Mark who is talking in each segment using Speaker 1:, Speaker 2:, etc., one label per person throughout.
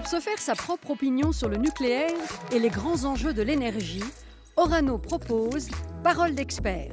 Speaker 1: se faire sa propre opinion sur le nucléaire et les grands enjeux de l'énergie, Orano propose Parole d'expert.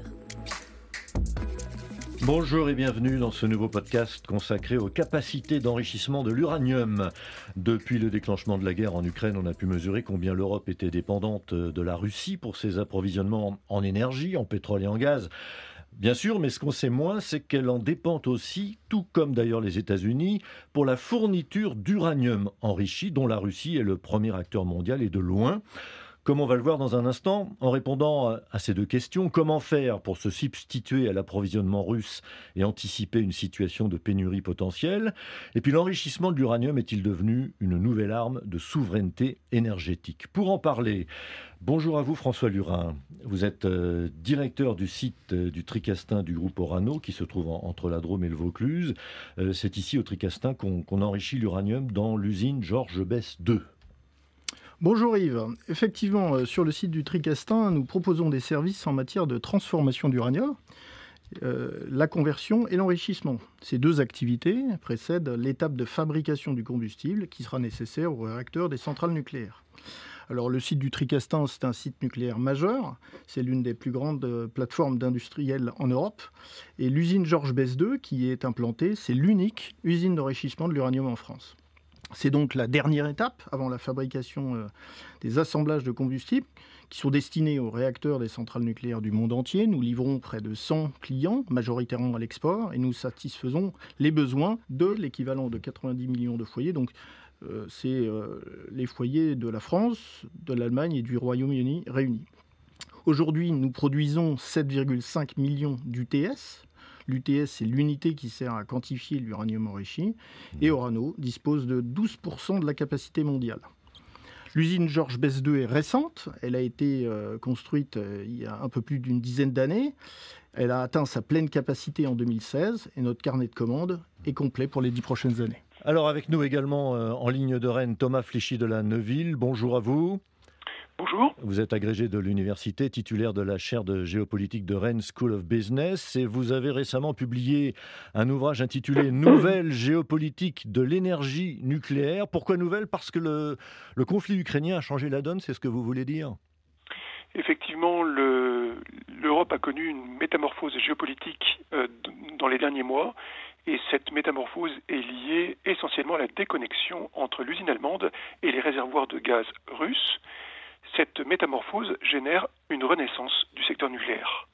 Speaker 2: Bonjour et bienvenue dans ce nouveau podcast consacré aux capacités d'enrichissement de l'uranium. Depuis le déclenchement de la guerre en Ukraine, on a pu mesurer combien l'Europe était dépendante de la Russie pour ses approvisionnements en énergie, en pétrole et en gaz. Bien sûr, mais ce qu'on sait moins, c'est qu'elle en dépend aussi, tout comme d'ailleurs les États-Unis, pour la fourniture d'uranium enrichi, dont la Russie est le premier acteur mondial et de loin. Comme on va le voir dans un instant, en répondant à ces deux questions, comment faire pour se substituer à l'approvisionnement russe et anticiper une situation de pénurie potentielle? Et puis l'enrichissement de l'uranium est-il devenu une nouvelle arme de souveraineté énergétique? Pour en parler, bonjour à vous François Lurin. Vous êtes directeur du site du Tricastin du groupe Orano qui se trouve entre la Drôme et le Vaucluse. C'est ici au Tricastin qu'on enrichit l'uranium dans l'usine Georges Besse 2.
Speaker 3: Bonjour Yves. Effectivement, sur le site du Tricastin, nous proposons des services en matière de transformation d'uranium, la conversion et l'enrichissement. Ces deux activités précèdent l'étape de fabrication du combustible qui sera nécessaire au réacteur des centrales nucléaires. Alors le site du Tricastin, c'est un site nucléaire majeur. C'est l'une des plus grandes plateformes d'industriels en Europe. Et l'usine Georges Besse 2 qui est implantée, c'est l'unique usine d'enrichissement de l'uranium en France. C'est donc la dernière étape avant la fabrication des assemblages de combustible qui sont destinés aux réacteurs des centrales nucléaires du monde entier. Nous livrons près de 100 clients, majoritairement à l'export, et nous satisfaisons les besoins de l'équivalent de 90 millions de foyers. Donc, c'est les foyers de la France, de l'Allemagne et du Royaume-Uni réunis. Aujourd'hui, nous produisons 7,5 millions d'UTS. L'UTS, c'est l'unité qui sert à quantifier l'uranium enrichi. Et Orano dispose de 12% de la capacité mondiale. L'usine Georges Besse 2 est récente. Elle a été construite il y a un peu plus d'une dizaine d'années. Elle a atteint sa pleine capacité en 2016. Et notre carnet de commandes est complet pour les 10 prochaines années.
Speaker 2: Alors avec nous également en ligne de Rennes, Thomas Fléchy de la Neuville. Bonjour à vous.
Speaker 4: Bonjour.
Speaker 2: Vous êtes agrégé de l'université, titulaire de la chaire de géopolitique de Rennes School of Business et vous avez récemment publié un ouvrage intitulé « Nouvelle géopolitique de l'énergie nucléaire ». Pourquoi nouvelle? Parce que le conflit ukrainien a changé la donne, c'est ce que vous voulez dire?
Speaker 4: Effectivement, l'Europe a connu une métamorphose géopolitique dans les derniers mois. Et cette métamorphose est liée essentiellement à la déconnexion entre l'usine allemande et les réservoirs de gaz russes. Cette métamorphose génère une renaissance du secteur nucléaire.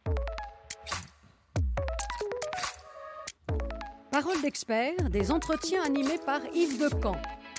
Speaker 1: Parole d'expert, des entretiens animés par Yves Decamp.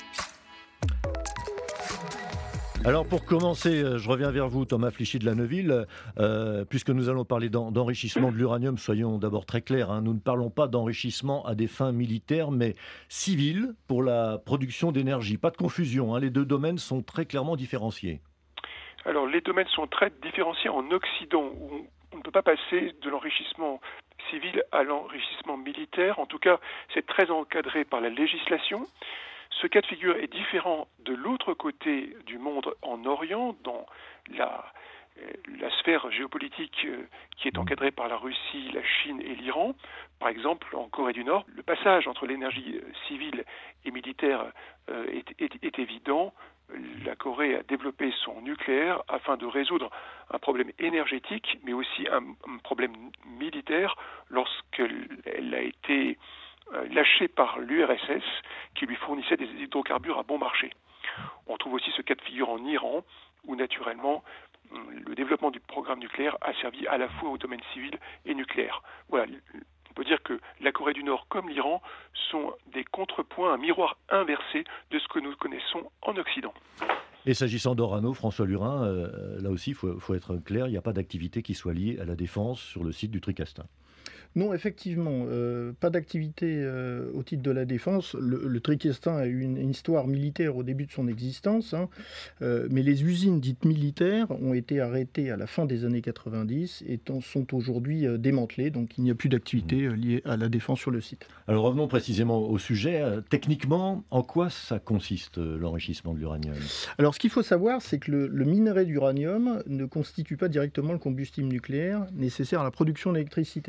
Speaker 2: Alors pour commencer, je reviens vers vous Thomas Fléchy de la Neuville, puisque nous allons parler d'enrichissement de l'uranium, soyons d'abord très clairs, nous ne parlons pas d'enrichissement à des fins militaires, mais civiles pour la production d'énergie. Pas de confusion, les deux domaines sont très clairement différenciés.
Speaker 4: Alors les domaines sont très différenciés en Occident, où on ne peut pas passer de l'enrichissement civil à l'enrichissement militaire. En tout cas, c'est très encadré par la législation. Ce cas de figure est différent de l'autre côté du monde en Orient, dans la sphère géopolitique qui est encadrée par la Russie, la Chine et l'Iran. Par exemple, en Corée du Nord, le passage entre l'énergie civile et militaire est évident. La Corée a développé son nucléaire afin de résoudre un problème énergétique, mais aussi un problème militaire lorsqu'elle a été lâchée par l'URSS qui lui fournissait des hydrocarbures à bon marché. On trouve aussi ce cas de figure en Iran où naturellement le développement du programme nucléaire a servi à la fois au domaine civil et nucléaire. Voilà, on peut dire que la Corée du Nord comme l'Iran sont des contrepoints, un miroir inversé de ce que nous connaissons en Occident.
Speaker 2: Et s'agissant d'Orano, François Lurin, là aussi il faut être clair, il n'y a pas d'activité qui soit liée à la défense sur le site du Tricastin.
Speaker 3: Non, effectivement, pas d'activité au titre de la défense. Le Tricastin a eu une histoire militaire au début de son existence, mais les usines dites militaires ont été arrêtées à la fin des années 90 et sont aujourd'hui démantelées, donc il n'y a plus d'activité liée à la défense sur le site.
Speaker 2: Alors revenons précisément au sujet. Techniquement, en quoi ça consiste l'enrichissement de l'uranium?
Speaker 3: Alors ce qu'il faut savoir, c'est que le minerai d'uranium ne constitue pas directement le combustible nucléaire nécessaire à la production d'électricité.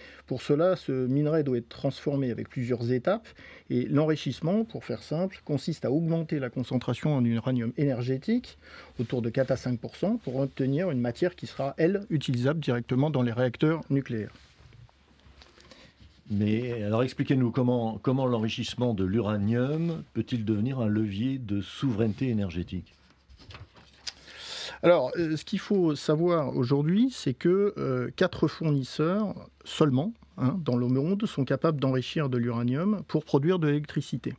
Speaker 3: Pour cela, ce minerai doit être transformé avec plusieurs étapes et l'enrichissement, pour faire simple, consiste à augmenter la concentration en uranium énergétique autour de 4 à 5% pour obtenir une matière qui sera, elle, utilisable directement dans les réacteurs nucléaires.
Speaker 2: Mais alors expliquez-nous comment l'enrichissement de l'uranium peut-il devenir un levier de souveraineté énergétique ?
Speaker 3: Alors, ce qu'il faut savoir aujourd'hui, c'est que 4 fournisseurs seulement dans le monde sont capables d'enrichir de l'uranium pour produire de l'électricité.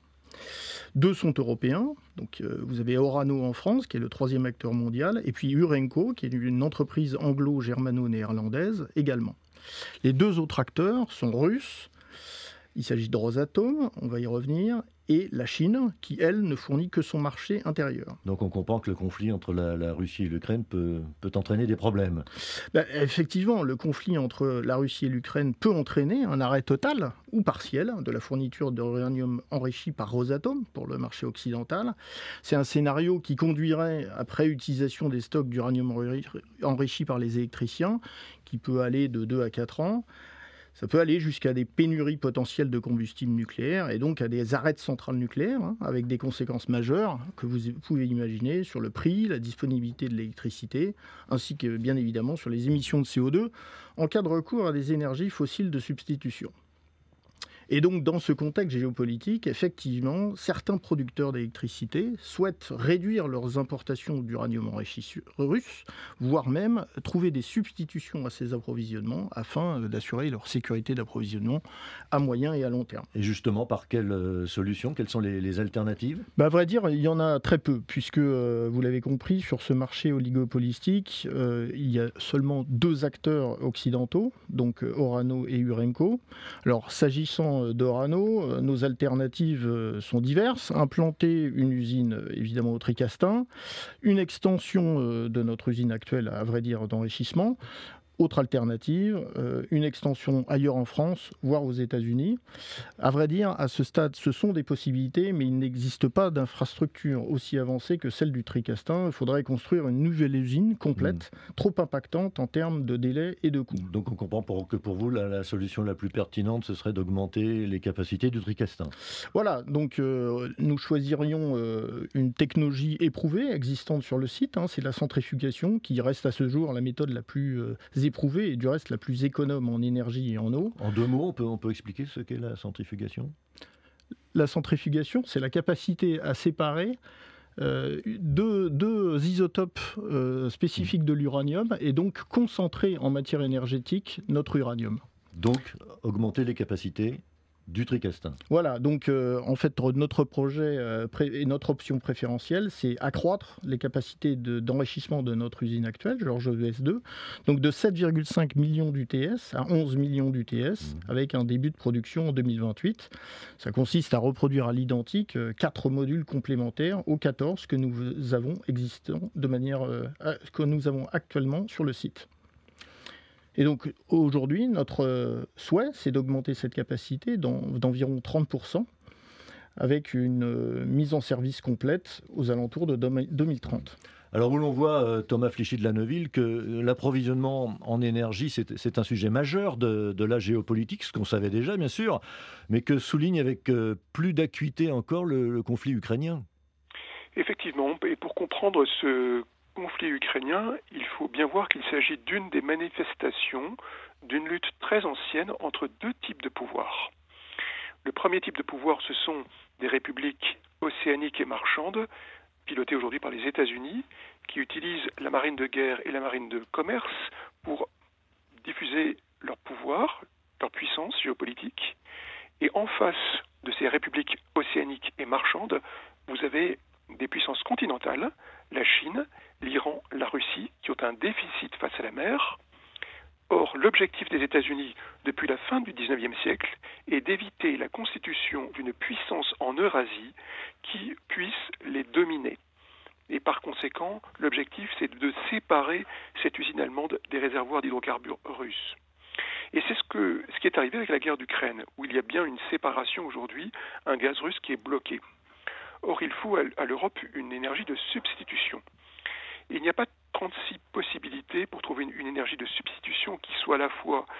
Speaker 3: 2 sont européens, donc vous avez Orano en France, qui est le 3e acteur mondial, et puis Urenco, qui est une entreprise anglo-germano-néerlandaise également. Les 2 autres acteurs sont russes, il s'agit de Rosatom, on va y revenir, et la Chine, qui, elle, ne fournit que son marché intérieur.
Speaker 2: Donc on comprend que le conflit entre la Russie et l'Ukraine peut entraîner des problèmes.
Speaker 3: Effectivement, le conflit entre la Russie et l'Ukraine peut entraîner un arrêt total ou partiel de la fourniture d'uranium enrichi par Rosatom pour le marché occidental. C'est un scénario qui conduirait, après utilisation des stocks d'uranium enrichi par les électriciens, qui peut aller de 2 à 4 ans. Ça peut aller jusqu'à des pénuries potentielles de combustible nucléaire et donc à des arrêts de centrales nucléaires avec des conséquences majeures que vous pouvez imaginer sur le prix, la disponibilité de l'électricité, ainsi que bien évidemment sur les émissions de CO2 en cas de recours à des énergies fossiles de substitution. Et donc, dans ce contexte géopolitique, effectivement, certains producteurs d'électricité souhaitent réduire leurs importations d'uranium enrichi russe, voire même trouver des substitutions à ces approvisionnements afin d'assurer leur sécurité d'approvisionnement à moyen et à long terme.
Speaker 2: Et justement, par quelle solution ? Quelles sont les alternatives ?
Speaker 3: À vrai dire, il y en a très peu, puisque, vous l'avez compris, sur ce marché oligopolistique, il y a seulement 2 acteurs occidentaux, donc Orano et Urenco. Alors, s'agissant d'Orano, nos alternatives sont diverses. Implanter une usine, évidemment, au Tricastin, une extension de notre usine actuelle, à vrai dire, d'enrichissement. Autre alternative, une extension ailleurs en France, voire aux États-Unis. À vrai dire, à ce stade, ce sont des possibilités, mais il n'existe pas d'infrastructure aussi avancée que celle du Tricastin. Il faudrait construire une nouvelle usine complète, trop impactante en termes de délai et de coût.
Speaker 2: Donc on comprend que pour vous, la solution la plus pertinente, ce serait d'augmenter les capacités du Tricastin.
Speaker 3: Voilà, donc nous choisirions une technologie éprouvée, existante sur le site. C'est la centrifugation, qui reste à ce jour la méthode la plus éprouvée et du reste la plus économe en énergie et en eau.
Speaker 2: En 2 mots, on peut expliquer ce qu'est la centrifugation ?
Speaker 3: La centrifugation, c'est la capacité à séparer deux isotopes spécifiques de l'uranium et donc concentrer en matière énergétique notre uranium.
Speaker 2: Donc, augmenter les capacités du Tricastin.
Speaker 3: Voilà, donc en fait notre projet et notre option préférentielle, c'est accroître les capacités d'enrichissement de notre usine actuelle, Georges ES2, donc de 7,5 millions d'UTS à 11 millions d'UTS, avec un début de production en 2028. Ça consiste à reproduire à l'identique 4 modules complémentaires aux 14 que nous avons existants que nous avons actuellement sur le site. Et donc aujourd'hui, notre souhait, c'est d'augmenter cette capacité d'environ 30%, avec une mise en service complète aux alentours de 2030.
Speaker 2: Alors où l'on voit, Thomas Flichy de La Neuville, que l'approvisionnement en énergie, c'est un sujet majeur de la géopolitique, ce qu'on savait déjà bien sûr, mais que souligne avec plus d'acuité encore le conflit ukrainien.
Speaker 4: Effectivement, et pour comprendre ce conflit ukrainien, il faut bien voir qu'il s'agit d'une des manifestations d'une lutte très ancienne entre 2 types de pouvoirs. Le premier type de pouvoir, ce sont des républiques océaniques et marchandes, pilotées aujourd'hui par les États-Unis, qui utilisent la marine de guerre et la marine de commerce pour diffuser leur pouvoir, leur puissance géopolitique. Et en face de ces républiques océaniques et marchandes, vous avez des puissances continentales, la Chine, l'Iran, la Russie, qui ont un déficit face à la mer. Or, l'objectif des États-Unis depuis la fin du XIXe siècle est d'éviter la constitution d'une puissance en Eurasie qui puisse les dominer. Et par conséquent, l'objectif, c'est de séparer cette usine allemande des réservoirs d'hydrocarbures russes. Et c'est ce qui est arrivé avec la guerre d'Ukraine, où il y a bien une séparation aujourd'hui, un gaz russe qui est bloqué. Or, il faut à l'Europe une énergie de substitution. Il n'y a pas 36 possibilités pour trouver une énergie de substitution qui soit à la fois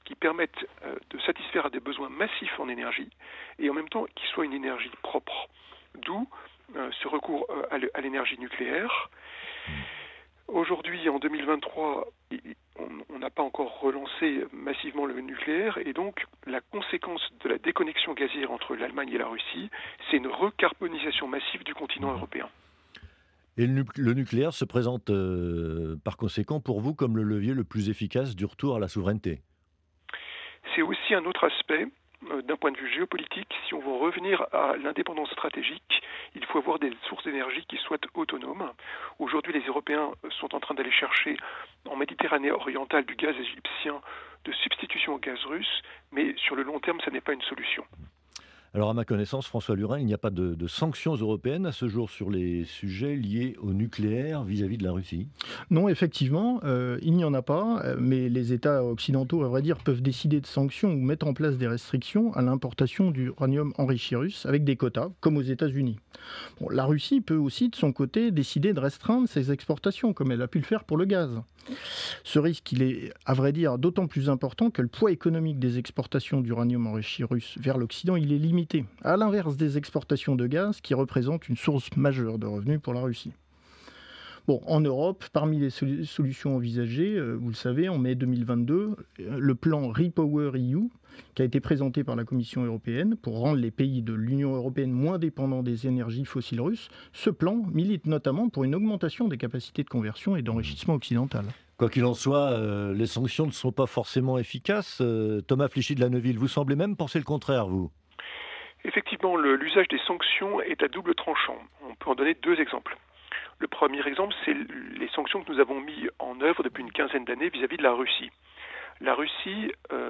Speaker 4: qui permettent de satisfaire à des besoins massifs en énergie et en même temps qui soit une énergie propre. D'où ce recours à l'énergie nucléaire. Aujourd'hui, en 2023, on n'a pas encore relancé massivement le nucléaire et donc la conséquence de la déconnexion gazière entre l'Allemagne et la Russie, c'est une recarbonisation massive du continent européen.
Speaker 2: Et le nucléaire se présente par conséquent pour vous comme le levier le plus efficace du retour à la souveraineté.
Speaker 4: C'est aussi un autre aspect d'un point de vue géopolitique. Si on veut revenir à l'indépendance stratégique, il faut avoir des sources d'énergie qui soient autonomes. Aujourd'hui, les Européens sont en train d'aller chercher en Méditerranée orientale du gaz égyptien de substitution au gaz russe, mais sur le long terme, ça n'est pas une solution.
Speaker 2: Alors à ma connaissance, François Lurin, il n'y a pas de sanctions européennes à ce jour sur les sujets liés au nucléaire vis-à-vis de la Russie?
Speaker 3: Non, effectivement, il n'y en a pas, mais les États occidentaux, à vrai dire, peuvent décider de sanctions ou mettre en place des restrictions à l'importation d'uranium enrichi russe avec des quotas, comme aux États-Unis. Bon, la Russie peut aussi, de son côté, décider de restreindre ses exportations, comme elle a pu le faire pour le gaz. Ce risque, il est, à vrai dire, d'autant plus important que le poids économique des exportations d'uranium enrichi russe vers l'Occident, il est limité, à l'inverse des exportations de gaz qui représentent une source majeure de revenus pour la Russie. Bon, en Europe, parmi les solutions envisagées, vous le savez, en mai 2022, le plan REPowerEU, qui a été présenté par la Commission européenne pour rendre les pays de l'Union européenne moins dépendants des énergies fossiles russes, ce plan milite notamment pour une augmentation des capacités de conversion et d'enrichissement occidentales.
Speaker 2: Quoi qu'il en soit, les sanctions ne sont pas forcément efficaces. Thomas Flichy de La Neuville, vous semblez même penser le contraire, vous?
Speaker 4: Effectivement, l'usage des sanctions est à double tranchant. On peut en donner deux exemples. Le premier exemple, c'est les sanctions que nous avons mis en œuvre depuis une quinzaine d'années vis-à-vis de la Russie. La Russie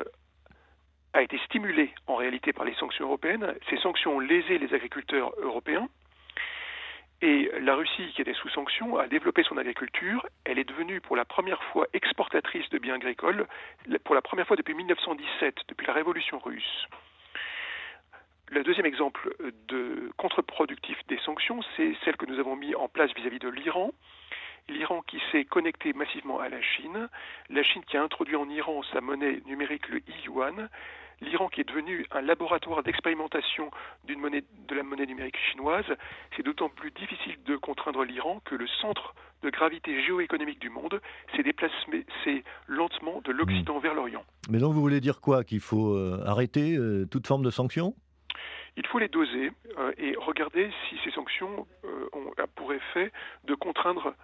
Speaker 4: a été stimulée en réalité par les sanctions européennes. Ces sanctions ont lésé les agriculteurs européens. Et la Russie, qui était sous sanctions, a développé son agriculture. Elle est devenue pour la première fois exportatrice de biens agricoles, pour la première fois depuis 1917, depuis la Révolution russe. Le deuxième exemple de contre-productif des sanctions, c'est celle que nous avons mis en place vis-à-vis de l'Iran. L'Iran qui s'est connecté massivement à la Chine qui a introduit en Iran sa monnaie numérique, le yuan, l'Iran qui est devenu un laboratoire d'expérimentation de la monnaie numérique chinoise. C'est d'autant plus difficile de contraindre l'Iran que le centre de gravité géoéconomique du monde s'est déplacé lentement de l'Occident vers l'Orient.
Speaker 2: Mais donc vous voulez dire quoi? Qu'il faut arrêter toute forme de sanctions?
Speaker 4: Il faut les doser et regarder si ces sanctions ont pour effet de contraindre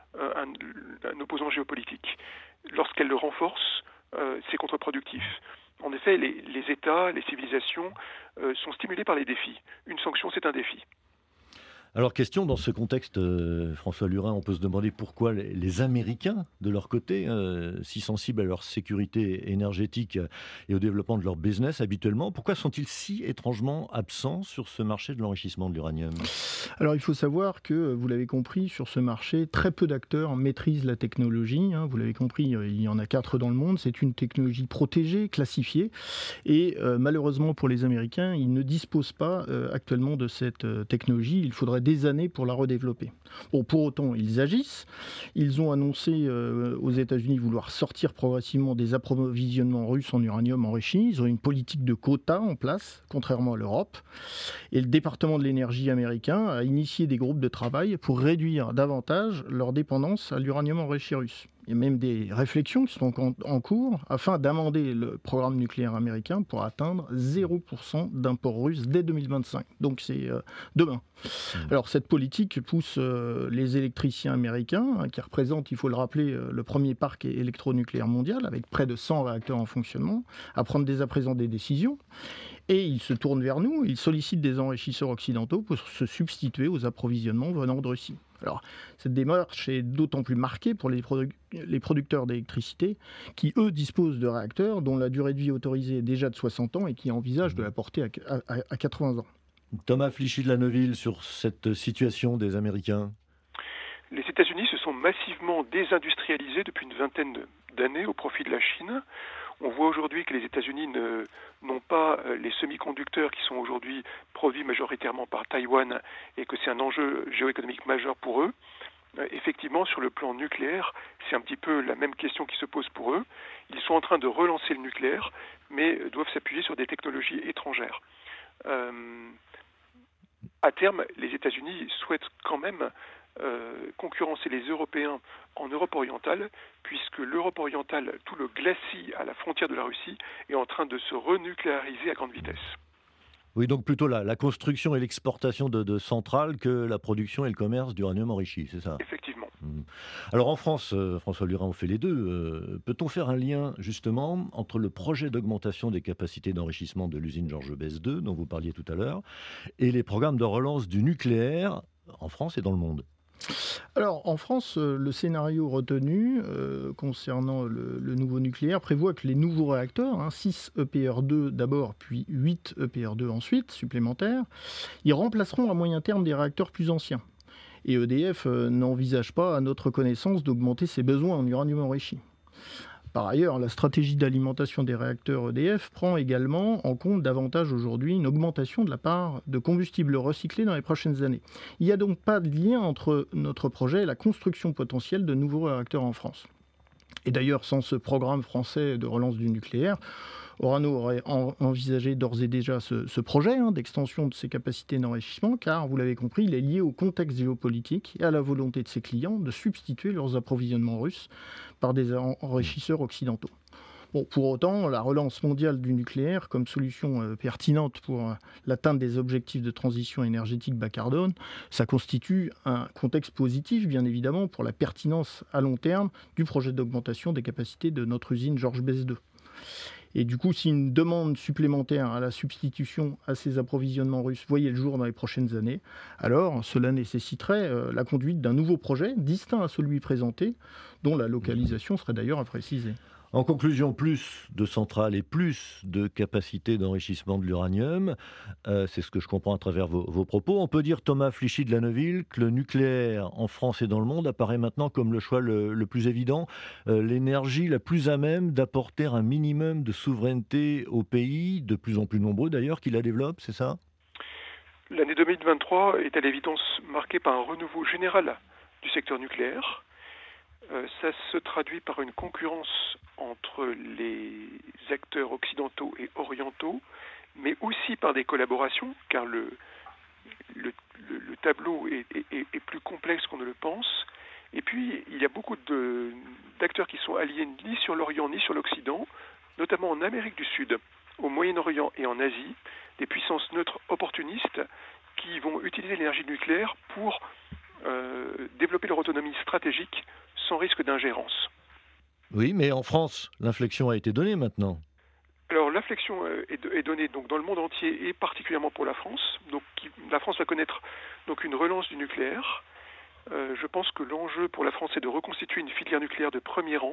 Speaker 4: un opposant géopolitique. Lorsqu'elles le renforcent, c'est contre-productif. En effet, les États, les civilisations sont stimulés par les défis. Une sanction, c'est un défi.
Speaker 2: Alors question, dans ce contexte, François Lurin, on peut se demander pourquoi les Américains, de leur côté, si sensibles à leur sécurité énergétique et au développement de leur business habituellement, pourquoi sont-ils si étrangement absents sur ce marché de l'enrichissement de l'uranium?
Speaker 3: Alors il faut savoir que, vous l'avez compris, sur ce marché, très peu d'acteurs maîtrisent la technologie. Vous l'avez compris, il y en a 4 dans le monde. C'est une technologie protégée, classifiée. Et malheureusement pour les Américains, ils ne disposent pas actuellement de cette technologie. Il faudrait des années pour la redévelopper. Bon, pour autant, ils agissent. Ils ont annoncé aux États-Unis vouloir sortir progressivement des approvisionnements russes en uranium enrichi. Ils ont une politique de quotas en place, contrairement à l'Europe. Et le département de l'énergie américain a initié des groupes de travail pour réduire davantage leur dépendance à l'uranium enrichi russe. Il y a même des réflexions qui sont en cours afin d'amender le programme nucléaire américain pour atteindre 0% d'import russe dès 2025. Donc c'est demain. Alors cette politique pousse les électriciens américains, qui représentent, il faut le rappeler, le premier parc électronucléaire mondial, avec près de 100 réacteurs en fonctionnement, à prendre dès à présent des décisions. Et ils se tournent vers nous, ils sollicitent des enrichisseurs occidentaux pour se substituer aux approvisionnements venant de Russie. Alors, cette démarche est d'autant plus marquée pour les producteurs d'électricité qui, eux, disposent de réacteurs dont la durée de vie autorisée est déjà de 60 ans et qui envisagent de la porter à 80 ans.
Speaker 2: Thomas Flichy de La Neuville, sur cette situation des Américains.
Speaker 4: Les États-Unis se sont massivement désindustrialisés depuis une vingtaine d'années au profit de la Chine. On voit aujourd'hui que les États-Unis n'ont pas les semi-conducteurs qui sont aujourd'hui produits majoritairement par Taïwan et que c'est un enjeu géoéconomique majeur pour eux. Effectivement, sur le plan nucléaire, c'est un petit peu la même question qui se pose pour eux. Ils sont en train de relancer le nucléaire, mais doivent s'appuyer sur des technologies étrangères. À terme, les États-Unis souhaitent quand même concurrencer les Européens en Europe orientale, puisque l'Europe orientale, tout le glacis à la frontière de la Russie, est en train de se renucléariser à grande vitesse.
Speaker 2: Oui, donc plutôt la construction et l'exportation de centrales que la production et le commerce d'uranium enrichi, c'est ça?
Speaker 4: Effectivement.
Speaker 2: Alors en France, François Lurin, on fait les deux. Peut-on faire un lien justement entre le projet d'augmentation des capacités d'enrichissement de l'usine Georges Besse II, dont vous parliez tout à l'heure, et les programmes de relance du nucléaire en France et dans le monde?
Speaker 3: Alors, en France, le scénario retenu concernant le nouveau nucléaire prévoit que les nouveaux réacteurs, 6 EPR2 d'abord, puis 8 EPR2 ensuite, supplémentaires, ils remplaceront à moyen terme des réacteurs plus anciens. Et EDF n'envisage pas, à notre connaissance, d'augmenter ses besoins en uranium enrichi. Par ailleurs, la stratégie d'alimentation des réacteurs EDF prend également en compte davantage aujourd'hui une augmentation de la part de combustibles recyclés dans les prochaines années. Il n'y a donc pas de lien entre notre projet et la construction potentielle de nouveaux réacteurs en France. Et d'ailleurs, sans ce programme français de relance du nucléaire, Orano aurait envisagé d'ores et déjà ce projet d'extension de ses capacités d'enrichissement, car, vous l'avez compris, il est lié au contexte géopolitique et à la volonté de ses clients de substituer leurs approvisionnements russes par des enrichisseurs occidentaux. Bon, pour autant, la relance mondiale du nucléaire comme solution pertinente pour l'atteinte des objectifs de transition énergétique bas carbone, ça constitue un contexte positif, bien évidemment, pour la pertinence à long terme du projet d'augmentation des capacités de notre usine Georges Besse II. Et du coup, si une demande supplémentaire à la substitution à ces approvisionnements russes voyait le jour dans les prochaines années, alors cela nécessiterait la conduite d'un nouveau projet distinct à celui présenté, dont la localisation serait d'ailleurs à préciser.
Speaker 2: En conclusion, plus de centrales et plus de capacités d'enrichissement de l'uranium, c'est ce que je comprends à travers vos propos. On peut dire, Thomas Flichy de Lanneville, que le nucléaire en France et dans le monde apparaît maintenant comme le choix le plus évident, l'énergie la plus à même d'apporter un minimum de souveraineté aux pays, de plus en plus nombreux d'ailleurs, qui la développent, c'est ça?
Speaker 4: L'année 2023 est à l'évidence marquée par un renouveau général du secteur nucléaire. Ça se traduit par une concurrence entre les acteurs occidentaux et orientaux, mais aussi par des collaborations, car le tableau est plus complexe qu'on ne le pense. Et puis, il y a beaucoup d'acteurs qui sont alliés ni sur l'Orient ni sur l'Occident, notamment en Amérique du Sud, au Moyen-Orient et en Asie, des puissances neutres opportunistes qui vont utiliser l'énergie nucléaire pour développer leur autonomie stratégique sans risque d'ingérence.
Speaker 2: Oui, mais en France, l'inflexion a été donnée maintenant.
Speaker 4: Alors l'inflexion est donnée donc dans le monde entier et particulièrement pour la France. Donc la France va connaître donc une relance du nucléaire. Je pense que l'enjeu pour la France est de reconstituer une filière nucléaire de premier rang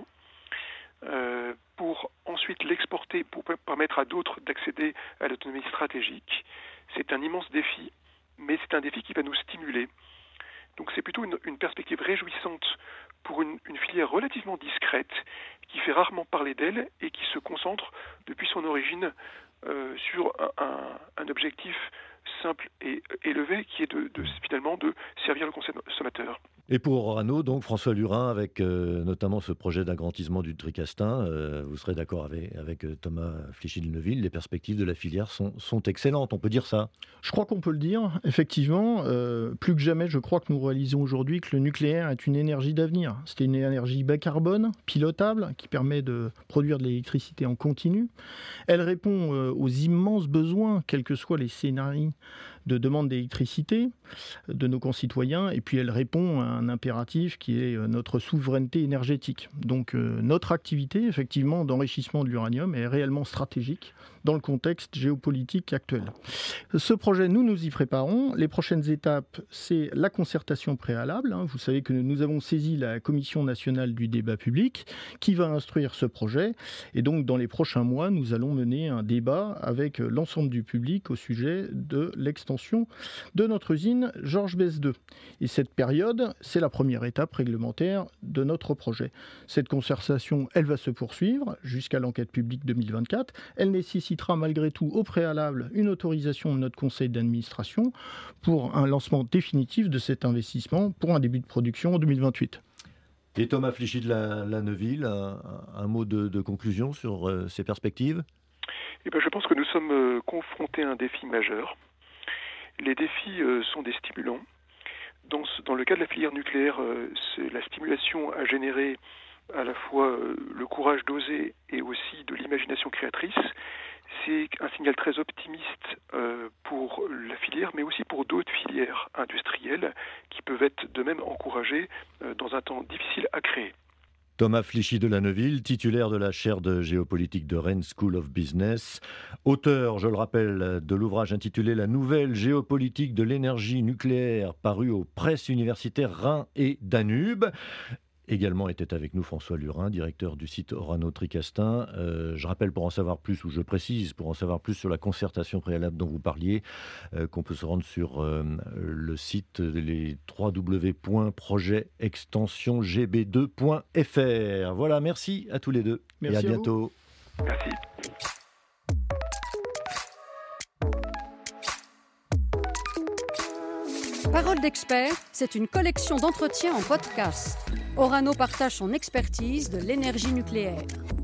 Speaker 4: pour ensuite l'exporter, pour permettre à d'autres d'accéder à l'autonomie stratégique. C'est un immense défi, mais c'est un défi qui va nous stimuler. Donc c'est plutôt une perspective réjouissante pour une filière relativement discrète, qui fait rarement parler d'elle et qui se concentre depuis son origine sur un objectif simple et élevé qui est finalement de servir le consommateur.
Speaker 2: Et pour Orano, donc François Lurin, avec notamment ce projet d'agrandissement du Tricastin, vous serez d'accord avec Thomas Flichy de Lanneville, les perspectives de la filière sont excellentes, on peut dire ça?
Speaker 3: Je crois qu'on peut le dire, effectivement. Plus que jamais, je crois que nous réalisons aujourd'hui que le nucléaire est une énergie d'avenir. C'est une énergie bas carbone, pilotable, qui permet de produire de l'électricité en continu. Elle répond aux immenses besoins, quels que soient les scénarios de demande d'électricité de nos concitoyens, et puis elle répond à un impératif qui est notre souveraineté énergétique. Donc notre activité, effectivement, d'enrichissement de l'uranium est réellement stratégique dans le contexte géopolitique actuel. Ce projet, nous y préparons. Les prochaines étapes, c'est la concertation préalable. Vous savez que nous avons saisi la Commission nationale du débat public qui va instruire ce projet. Et donc, dans les prochains mois, nous allons mener un débat avec l'ensemble du public au sujet de l'extension l'extension de notre usine Georges Besse 2. Et cette période, c'est la première étape réglementaire de notre projet. Cette concertation, elle va se poursuivre jusqu'à l'enquête publique 2024. Elle nécessitera malgré tout au préalable une autorisation de notre conseil d'administration pour un lancement définitif de cet investissement pour un début de production en 2028.
Speaker 2: Et Thomas Flichy de la Neuville, un mot de conclusion sur ces perspectives ?
Speaker 4: Je pense que nous sommes confrontés à un défi majeur. Les défis sont des stimulants. Dans le cas de la filière nucléaire, la stimulation a généré à la fois le courage d'oser et aussi de l'imagination créatrice. C'est un signal très optimiste pour la filière, mais aussi pour d'autres filières industrielles qui peuvent être de même encouragées dans un temps difficile à créer.
Speaker 2: Thomas Flichy de la Neuville, titulaire de la chaire de géopolitique de Rennes School of Business, auteur, je le rappelle, de l'ouvrage intitulé « La nouvelle géopolitique de l'énergie nucléaire » paru aux presses universitaires Rhin et Danube. Également était avec nous François Lurin, directeur du site Orano-Tricastin. Je rappelle pour en savoir plus, ou je précise pour en savoir plus sur la concertation préalable dont vous parliez, qu'on peut se rendre sur le site les www.projetextensiongb2.fr. Voilà, merci à tous les deux.
Speaker 3: Merci
Speaker 2: et à bientôt.
Speaker 4: Merci.
Speaker 1: Parole d'expert, c'est une collection d'entretiens en podcast. Orano partage son expertise de l'énergie nucléaire.